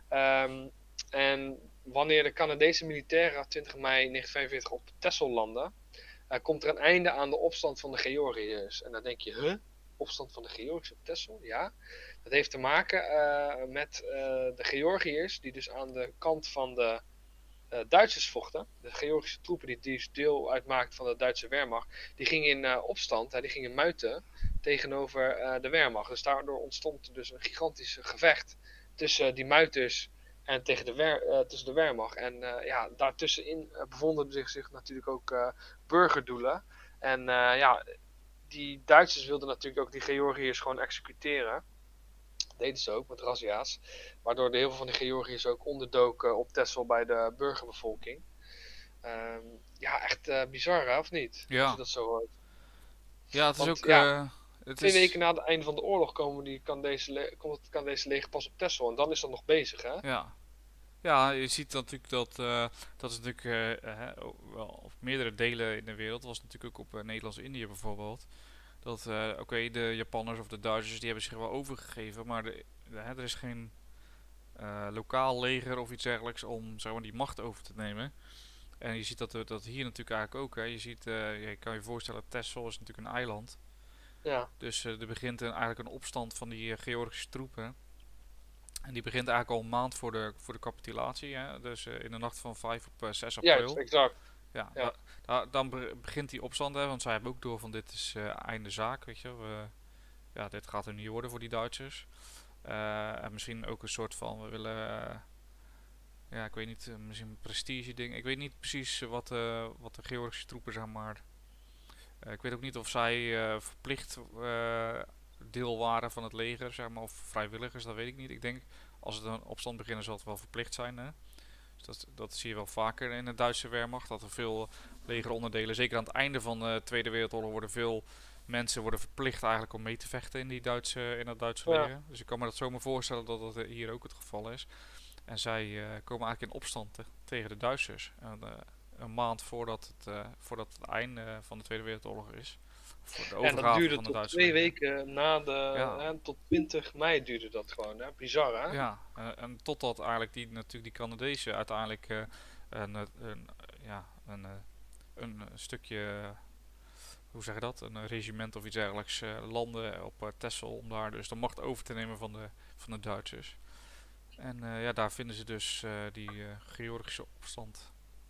En wanneer de Canadese militairen 20 mei 1945 op Texel landen, komt er een einde aan de opstand van de Georgiërs. En dan denk je, huh? Opstand van de Georgiërs op Texel? Ja. Dat heeft te maken met de Georgiërs, die dus aan de kant van de Duitsers vochten. De Georgische troepen die dus deel uitmaakten van de Duitse Wehrmacht, die gingen in opstand, die gingen muiten tegenover de Wehrmacht. Dus daardoor ontstond er dus een gigantisch gevecht tussen die muiters en tussen de Wehrmacht. En ja, daartussenin bevonden zich natuurlijk ook burgerdoelen. En ja, die Duitsers wilden natuurlijk ook die Georgiërs gewoon executeren. Dat deden ze ook met razzia's. Waardoor heel veel van de Georgiërs ook onderdoken op Texel bij de burgerbevolking. Ja, echt bizar hè, of niet? Als je Ja. dat zo hoort. Ja, het is Want ook... ja, het 2 weken is... na het einde van de oorlog komt het Canadese leger pas op Texel. En dan is dat nog bezig hè? Ja. Ja, je ziet natuurlijk dat... dat is natuurlijk wel op meerdere delen in de wereld. Was natuurlijk ook op Nederlands-Indië bijvoorbeeld. Dat, oké, de Japanners of de Duitsers die hebben zich wel overgegeven. Maar er is geen lokaal leger of iets dergelijks om zeg maar, die macht over te nemen. En je ziet dat hier natuurlijk eigenlijk ook. Hè. Je ziet, je kan je voorstellen, Texel is natuurlijk een eiland. Ja, Dus er begint eigenlijk een opstand van die Georgische troepen. En die begint eigenlijk al een maand voor de capitulatie. Hè. Dus in de nacht van 5 op 6 juist, april. exact. Ja, Ja, dan begint die opstand. Hè, want zij hebben ook door van dit is einde zaak. Weet je. Ja, dit gaat er niet worden voor die Duitsers. En misschien ook een soort van, we willen... ja, ik weet niet, misschien een prestige ding. Ik weet niet precies wat de Georgische troepen zeg maar. Ik weet ook niet of zij verplicht deel waren van het leger, zeg maar, of vrijwilligers, dat weet ik niet. Ik denk, als het een opstand beginnen, zal het wel verplicht zijn. Hè? Dus dat zie je wel vaker in de Duitse Wehrmacht, dat er veel legeronderdelen, zeker aan het einde van de Tweede Wereldoorlog, worden veel mensen worden verplicht eigenlijk om mee te vechten in dat Duitse ja. leger. Dus ik kan me dat zomaar voorstellen dat dat hier ook het geval is. En zij komen eigenlijk in opstand tegen de Duitsers. En, een maand voordat het einde van de Tweede Wereldoorlog is. Voor de En dat overgave duurde van de tot Duitse 2 leger. weken na Ja, tot 20 mei duurde dat gewoon. Hè? Bizar hè? ja. En totdat eigenlijk natuurlijk die Canadezen uiteindelijk een, ja, een stukje, hoe zeg je dat, een regiment of iets dergelijks landen op Texel om daar dus de macht over te nemen van de Duitsers. En ja, daar vinden ze dus die Georgische opstand.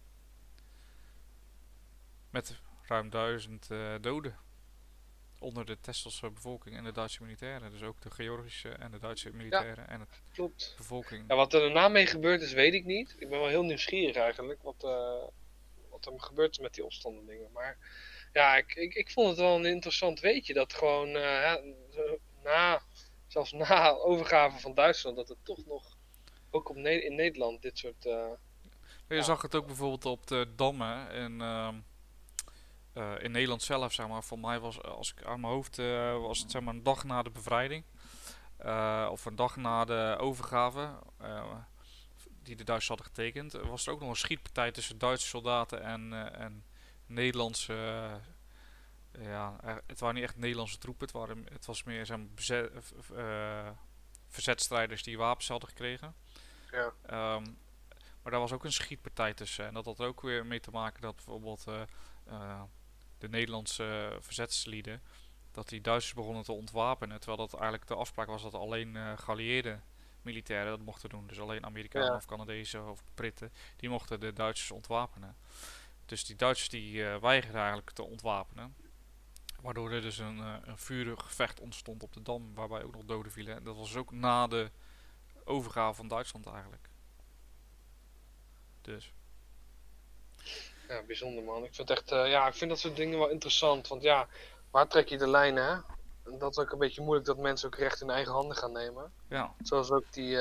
Met ruim 1000 doden. Onder de Tesselse bevolking en de Duitse militairen. Dus ook de Georgische en de Duitse Ja, militairen en de klopt. bevolking. Ja, wat er daarna mee gebeurd is, weet ik niet. Ik ben wel heel nieuwsgierig eigenlijk. Wat wat er gebeurd is met die opstandelingen. Maar ja, ik vond het wel een interessant weetje dat gewoon zelfs na overgave van Duitsland, dat het toch nog, ook in Nederland, dit soort... Je zag het ook bijvoorbeeld op de dammen in Nederland zelf, zeg maar. Voor mij was, als ik aan mijn hoofd, was het zeg maar een dag na de bevrijding. Of een dag na de overgave, die de Duitsers hadden getekend. Was er ook nog een schietpartij tussen Duitse soldaten en Nederlandse... het waren niet echt Nederlandse troepen. Het was meer zeg maar, verzetstrijders die wapens hadden gekregen. Ja. Maar daar was ook een schietpartij tussen. En dat had er ook weer mee te maken dat bijvoorbeeld de Nederlandse verzetslieden, dat die Duitsers begonnen te ontwapenen. Terwijl dat eigenlijk de afspraak was dat alleen geallieerde militairen dat mochten doen. Dus alleen Amerikanen of Canadezen of Britten, die mochten de Duitsers ontwapenen. Dus die Duitsers die weigerden eigenlijk te ontwapenen. Waardoor er dus een vurig gevecht ontstond op de Dam, waarbij ook nog doden vielen. En dat was ook na de overgave van Duitsland eigenlijk. Dus. Ja, bijzonder man. Ik vind echt, ik vind dat soort dingen wel interessant. Want ja, waar trek je de lijnen, hè? En dat is ook een beetje moeilijk dat mensen ook recht in eigen handen gaan nemen. Ja. Zoals ook die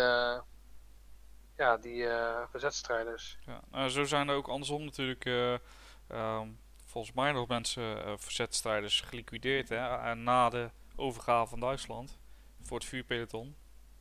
verzetstrijders. Ja. Nou, zo zijn er ook andersom natuurlijk volgens mij nog mensen verzetstrijders geliquideerd hè, na de overgave van Duitsland voor het vuurpeloton.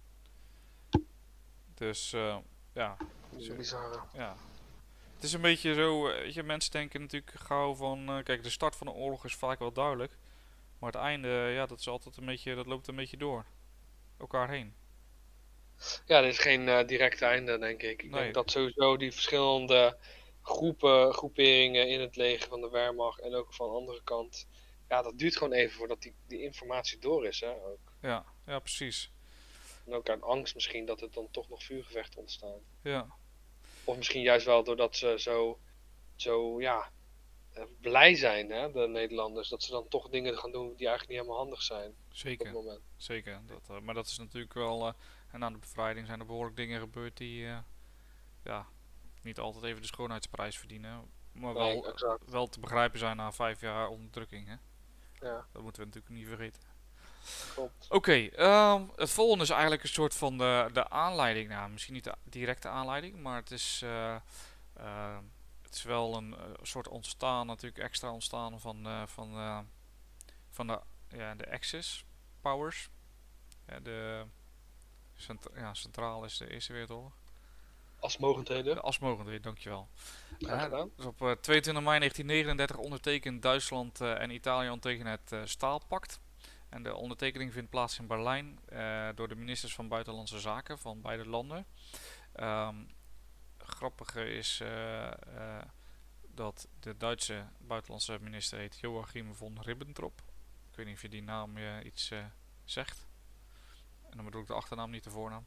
Dus ja. Dat is bizar. Ja. Het is een beetje zo, weet je, mensen denken natuurlijk gauw van, kijk, de start van een oorlog is vaak wel duidelijk. Maar het einde, ja, dat is altijd een beetje, dat loopt een beetje door elkaar heen. Ja, er is geen direct einde, denk ik. Ik denk dat sowieso die verschillende groeperingen in het leger van de Wehrmacht en ook van de andere kant, ja, dat duurt gewoon even voordat die informatie door is, hè, ook. Ja, precies. En ook uit angst misschien dat er dan toch nog vuurgevechten ontstaan. Ja. Of misschien juist wel doordat ze zo blij zijn, hè, de Nederlanders, dat ze dan toch dingen gaan doen die eigenlijk niet helemaal handig zijn. Zeker. Op het moment. Zeker. Maar dat is natuurlijk wel, en aan de bevrijding zijn er behoorlijk dingen gebeurd die niet altijd even de schoonheidsprijs verdienen. Maar wel te begrijpen zijn na 5 jaar onderdrukking. Hè? Ja. Dat moeten we natuurlijk niet vergeten. Oké, het volgende is eigenlijk een soort van de aanleiding. Nou, misschien niet de directe aanleiding, maar het is wel een soort ontstaan, natuurlijk extra ontstaan van de Axis powers. Ja, centraal is de Eerste Wereldoorlog. Asmogendheden. De asmogendheden, dankjewel. Dus op 22 mei 1939 ondertekent Duitsland en Italië ondertekenen het Staalpact. En de ondertekening vindt plaats in Berlijn door de ministers van Buitenlandse Zaken van beide landen. Grappige is dat de Duitse buitenlandse minister heet Joachim von Ribbentrop. Ik weet niet of je die naam iets zegt. En dan bedoel ik de achternaam, niet de voornaam.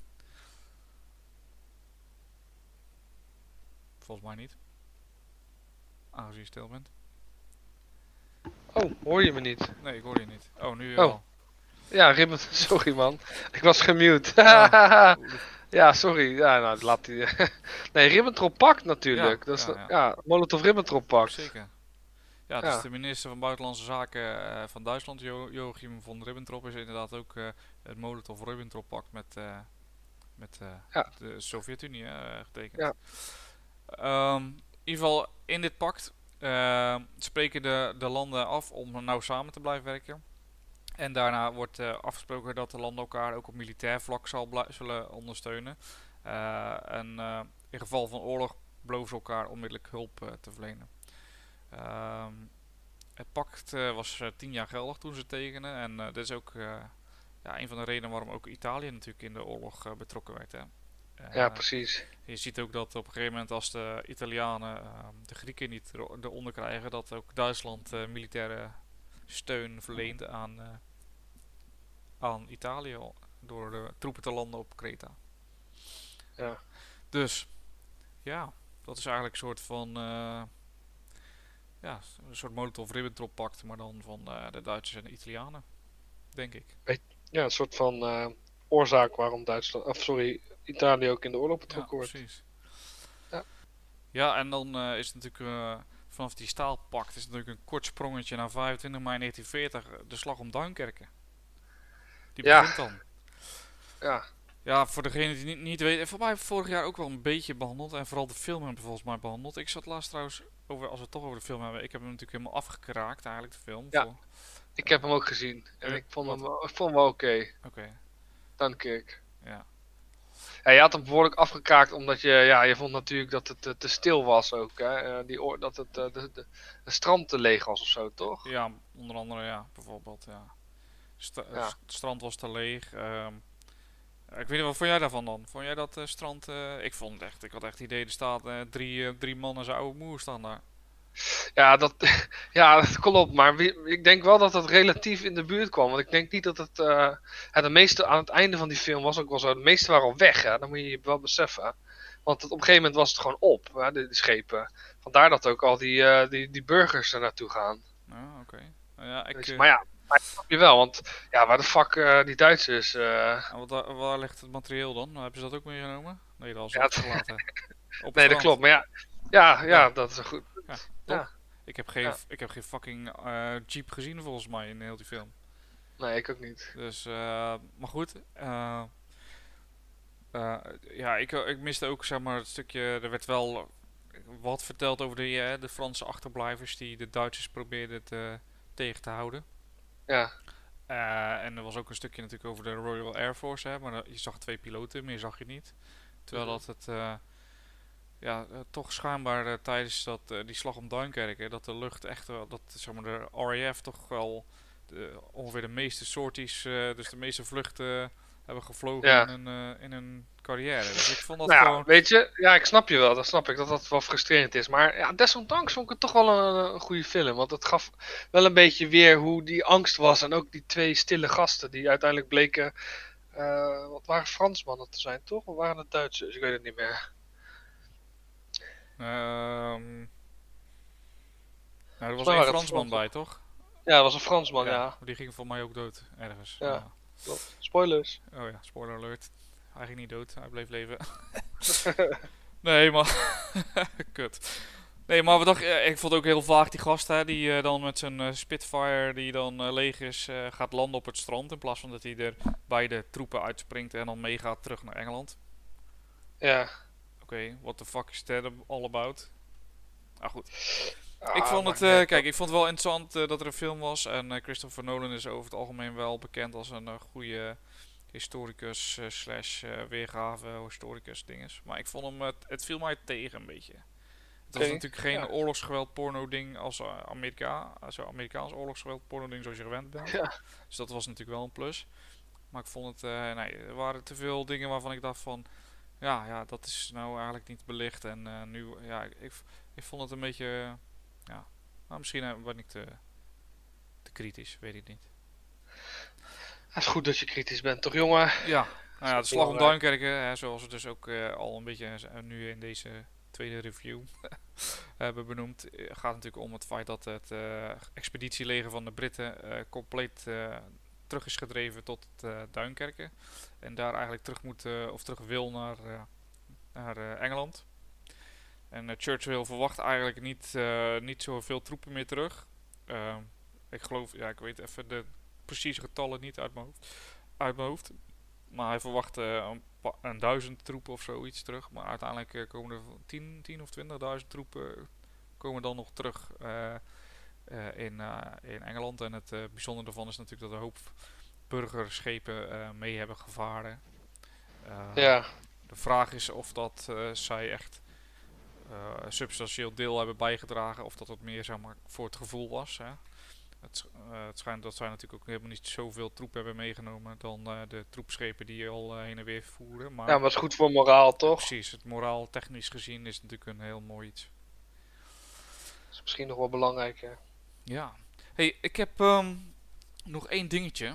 Volgens mij niet. Aangezien je stil bent. Oh, hoor je me niet? Nee, ik hoor je niet. Oh, nu wel. Ja, sorry man. Ik was gemute. Ja, sorry. Ja, nou, laat die... Nee, Ribbentrop-pact natuurlijk. Molotov-Ribbentrop-pact. Zeker. Ja, dus de minister van Buitenlandse Zaken van Duitsland, Joachim von Ribbentrop, is inderdaad ook het Molotov-Ribbentrop-pact met de Sovjet-Unie getekend. Ja. In ieder geval, in dit pact spreken de landen af om nauw samen te blijven werken. En daarna wordt afgesproken dat de landen elkaar ook op militair vlak zullen ondersteunen. In geval van oorlog beloven ze elkaar onmiddellijk hulp te verlenen. Het pact was 10 jaar geldig toen ze tekenen. En dat is ook een van de redenen waarom ook Italië natuurlijk in de oorlog betrokken werd. Hè. Ja, precies. Je ziet ook dat op een gegeven moment als de Italianen de Grieken niet eronder krijgen, dat ook Duitsland militaire steun verleent aan Italië door de troepen te landen op Kreta. Ja. Dus, ja, dat is eigenlijk een soort van een soort Molotov-Ribbentrop-pact, maar dan van de Duitsers en de Italianen, denk ik. Ja, een soort van oorzaak waarom Italië ook in de oorlog betrokken wordt. Precies. Ja. Ja, en dan is het natuurlijk vanaf die staalpact is het natuurlijk een kort sprongetje naar 25 mei 1940, de slag om Duinkerken. Die Ja, begint dan. ja, Ja, voor degene die niet weten, voor mij heb ik vorig jaar ook wel een beetje behandeld. En vooral de film hebben we volgens mij behandeld. Ik zat laatst trouwens, als we het toch over de film hebben, ik heb hem natuurlijk helemaal afgekraakt eigenlijk, de film. ja. Ik heb hem ook gezien. En ik vond wat? hem wel oké. Oké, Dunkirk. ja. Ja, je had hem behoorlijk afgekraakt omdat je vond natuurlijk dat het te stil was ook. Hè? Dat de strand te leeg was of zo, toch? Ja, onder andere ja, bijvoorbeeld, ja. Ja. Het strand was te leeg. Ik weet niet, wat vond jij daarvan dan? Vond jij dat strand... ik vond het echt, ik had echt het idee, er staat drie mannen zijn oude moer staan daar. Ja, ja, dat klopt. Maar ik denk wel dat het relatief in de buurt kwam. Want ik denk niet dat het... de meeste aan het einde van die film was ook wel zo. De meeste waren al weg. Hè? Dat moet je wel beseffen. Want op een gegeven moment was het gewoon op, hè, de schepen. Vandaar dat ook al die burgers er naartoe gaan. Ja, oké. Ja, Weet je, maar dat snap je wel. Want ja, waar de fuck die Duitsers... en waar ligt het materieel dan? Hebben ze dat ook meegenomen? Nee, dat was ja, achtergelaten. Op het nee, dat strand. klopt. Maar ja, Ja, dat is een goed... ja, Ja, toch? ja. Ik heb geen fucking jeep gezien volgens mij in heel die film. Nee, ik ook niet. Dus, maar goed. Ja, ik miste ook zeg maar het stukje. Er werd wel wat verteld over de Franse achterblijvers die de Duitsers probeerden tegen te houden. Ja. En er was ook een stukje natuurlijk over de Royal Air Force, hè, maar je zag twee piloten, meer zag je niet. Terwijl Mhm. dat het toch schijnbaar tijdens die slag om Duinkerken, dat de lucht echt wel, dat zeg maar de RAF toch wel ongeveer de meeste sorties, dus de meeste vluchten hebben gevlogen Ja. in hun carrière. Dus ik vond dat Nou ja, gewoon, weet je, ja, ik snap je wel. Dat snap ik, dat dat wel frustrerend is. Maar ja, desondanks vond ik het toch wel een goede film. Want het gaf wel een beetje weer hoe die angst was. En ook die twee stille gasten die uiteindelijk bleken... wat waren Fransmannen te zijn, toch? Of waren het Duitsers? Ik weet het niet meer. ehm, nou, er Volgens was mij één waren het Fransman Fransen. bij, toch? Ja, dat was een Fransman, Ja, ja. die ging voor mij ook dood ergens. Ja, Ja. klopt. Spoilers. Oh ja, spoiler alert. Hij ging niet dood, hij bleef leven. Nee, maar kut. Nee, maar ik vond ook heel vaag die gast, hè, die dan met zijn Spitfire, die dan leeg is, gaat landen op het strand. In plaats van dat hij er bij de troepen uitspringt en dan meegaat terug naar Engeland. Ja. Oké, what the fuck is that all about? Ah, goed. Ik Ah, vond het, maakt niet uit, kijk, toch? ik vond het wel interessant dat er een film was. En Christopher Nolan is over het algemeen wel bekend als een goede historicus slash weergave historicus dinges. Maar ik vond hem, het viel mij tegen een beetje. Het was Oké. natuurlijk geen Ja. oorlogsgeweld porno ding als zo Amerikaans oorlogsgeweld porno ding zoals je gewend bent. Ja. Dus dat was natuurlijk wel een plus. Maar ik vond het, nee, er waren te veel dingen waarvan ik dacht van, ja, dat is nou eigenlijk niet belicht. En nu, ja, ik vond het een beetje, ja, nou, misschien ben ik te kritisch, weet ik niet. Het is goed dat je kritisch bent, toch jongen? Ja, Dat is nou ja, wel de slag om belangrijk. Duinkerken, hè, zoals we dus ook al een beetje nu in deze tweede review hebben benoemd, gaat natuurlijk om het feit dat het expeditieleger van de Britten compleet terug is gedreven tot Duinkerken. En daar eigenlijk terug moet, of terug wil naar Engeland. En Churchill verwacht eigenlijk niet zoveel troepen meer terug. Ik geloof, ja, ik weet even de precieze getallen niet uit mijn hoofd. Maar hij verwacht een 1000 troepen of zoiets terug. Maar uiteindelijk komen er 10 of 20.000 troepen komen dan nog terug in Engeland. En het bijzondere daarvan is natuurlijk dat een hoop burgerschepen mee hebben gevaren. Ja. De vraag is of dat zij echt een substantieel deel hebben bijgedragen. Of dat het meer zeg maar, voor het gevoel was. Hè. Het schijnt dat zij natuurlijk ook helemaal niet zoveel troep hebben meegenomen dan de troepschepen die al heen en weer voeren. Ja, maar Maar het is goed voor moraal, toch? precies, het moraal technisch gezien is het natuurlijk een heel mooi iets. Dat is misschien nog wel belangrijk, hè? Ja. Hey, ik heb nog één dingetje.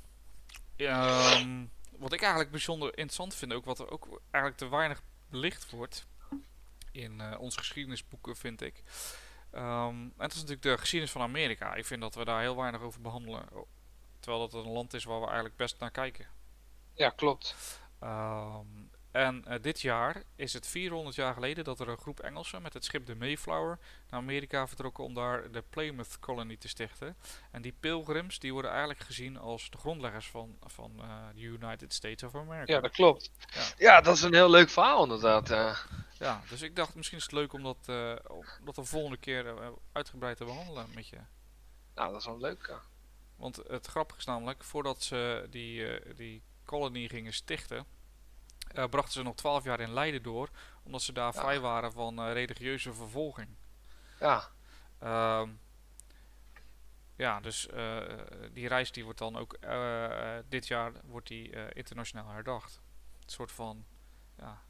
Wat ik eigenlijk bijzonder interessant vind, ook wat er ook eigenlijk te weinig belicht wordt in onze geschiedenisboeken, vind ik. En dat is natuurlijk de geschiedenis van Amerika. Ik vind dat we daar heel weinig over behandelen. Terwijl dat een land is waar we eigenlijk best naar kijken. Ja, klopt. Ehm, En dit jaar is het 400 jaar geleden dat er een groep Engelsen met het schip de Mayflower naar Amerika vertrokken om daar de Plymouth Colony te stichten. En die pilgrims die worden eigenlijk gezien als de grondleggers van de United States of America. Ja, dat klopt. Ja. Ja, dat is een heel leuk verhaal inderdaad. Ja, dus ik dacht misschien is het leuk om dat de volgende keer uitgebreid te behandelen met je. Nou, dat is wel leuk. Ja. Want het grappige is namelijk, voordat ze die colony gingen stichten, brachten ze nog 12 jaar in Leiden door, omdat ze daar vrij waren van religieuze vervolging. Ja. Ja, dus die reis die wordt dan ook dit jaar wordt die internationaal herdacht. Een soort van, ja,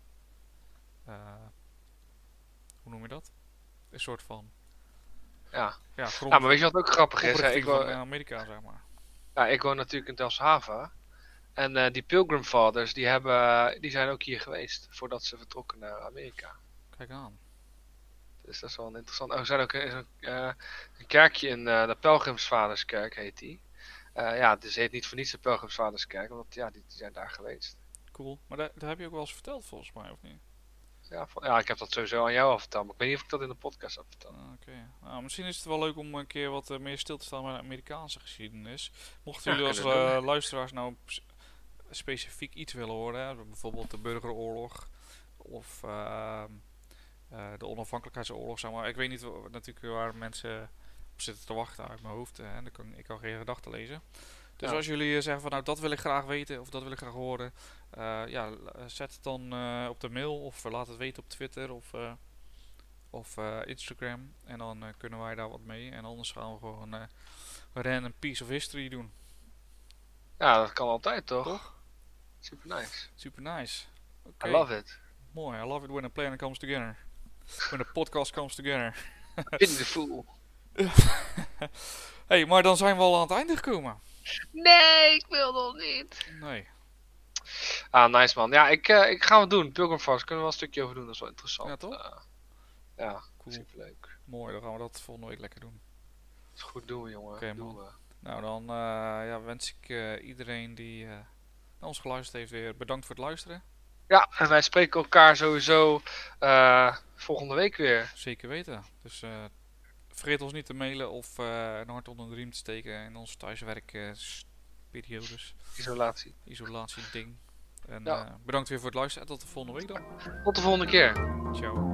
hoe noem je dat? Een soort van, Ja. ja, Maar weet je wat ook grappig is? oprichting van Amerika, zeg maar. Ja, ik woon natuurlijk in Delfshaven. En die Pilgrim Fathers, die zijn ook hier geweest voordat ze vertrokken naar Amerika. Kijk aan. Dus dat is wel een interessant. Oh, er zijn ook een kerkje in de Pelgrimsvaderskerk heet die. Ja, dus heet niet voor niets de Pelgrimsvaderskerk, want ja, die zijn daar geweest. Cool. Maar daar heb je ook wel eens verteld volgens mij, of niet? Ja, ik heb dat sowieso aan jou al verteld, maar ik weet niet of ik dat in de podcast heb verteld. Oké. Nou, misschien is het wel leuk om een keer wat meer stil te staan bij de Amerikaanse geschiedenis. Mochten Ja, jullie als kunnen we doen. luisteraars nou specifiek iets willen horen, hè, bijvoorbeeld de burgeroorlog of de onafhankelijkheidsoorlog, zeg maar. Ik weet niet natuurlijk waar mensen op zitten te wachten uit mijn hoofd. Hè. Ik kan geen gedachten lezen. Dus Ja. als jullie zeggen van nou dat wil ik graag weten of dat wil ik graag horen, zet het dan op de mail of laat het weten op Twitter of Instagram. En dan kunnen wij daar wat mee. En anders gaan we gewoon een random piece of history doen. Ja, dat kan altijd toch? Toch? Super nice. Super nice. Oké. I love it. Mooi. I love it when a plan comes together. When a podcast comes together. Pin the fool. Hey, maar dan zijn we al aan het einde gekomen. Nee, ik wil nog niet. Nee. Ah, nice man. Ja, ik ga het doen. Pilgrim Fathers, kunnen we wel een stukje over doen. Dat is wel interessant. Ja, toch? Ja, Cool. superleuk. Mooi, dan gaan we dat volgende week lekker doen. Dat is goed, doen we jongen. Oké, Doen man. we. Nou, dan wens ik iedereen die naar ons geluisterd heeft weer bedankt voor het luisteren. Ja, en wij spreken elkaar sowieso volgende week weer. Zeker weten. Dus vergeet ons niet te mailen of een hart onder de riem te steken in onze thuiswerkperiodes. Isolatie Ding. En Ja. bedankt weer voor het luisteren en tot de volgende week dan. Tot de volgende keer. Ciao.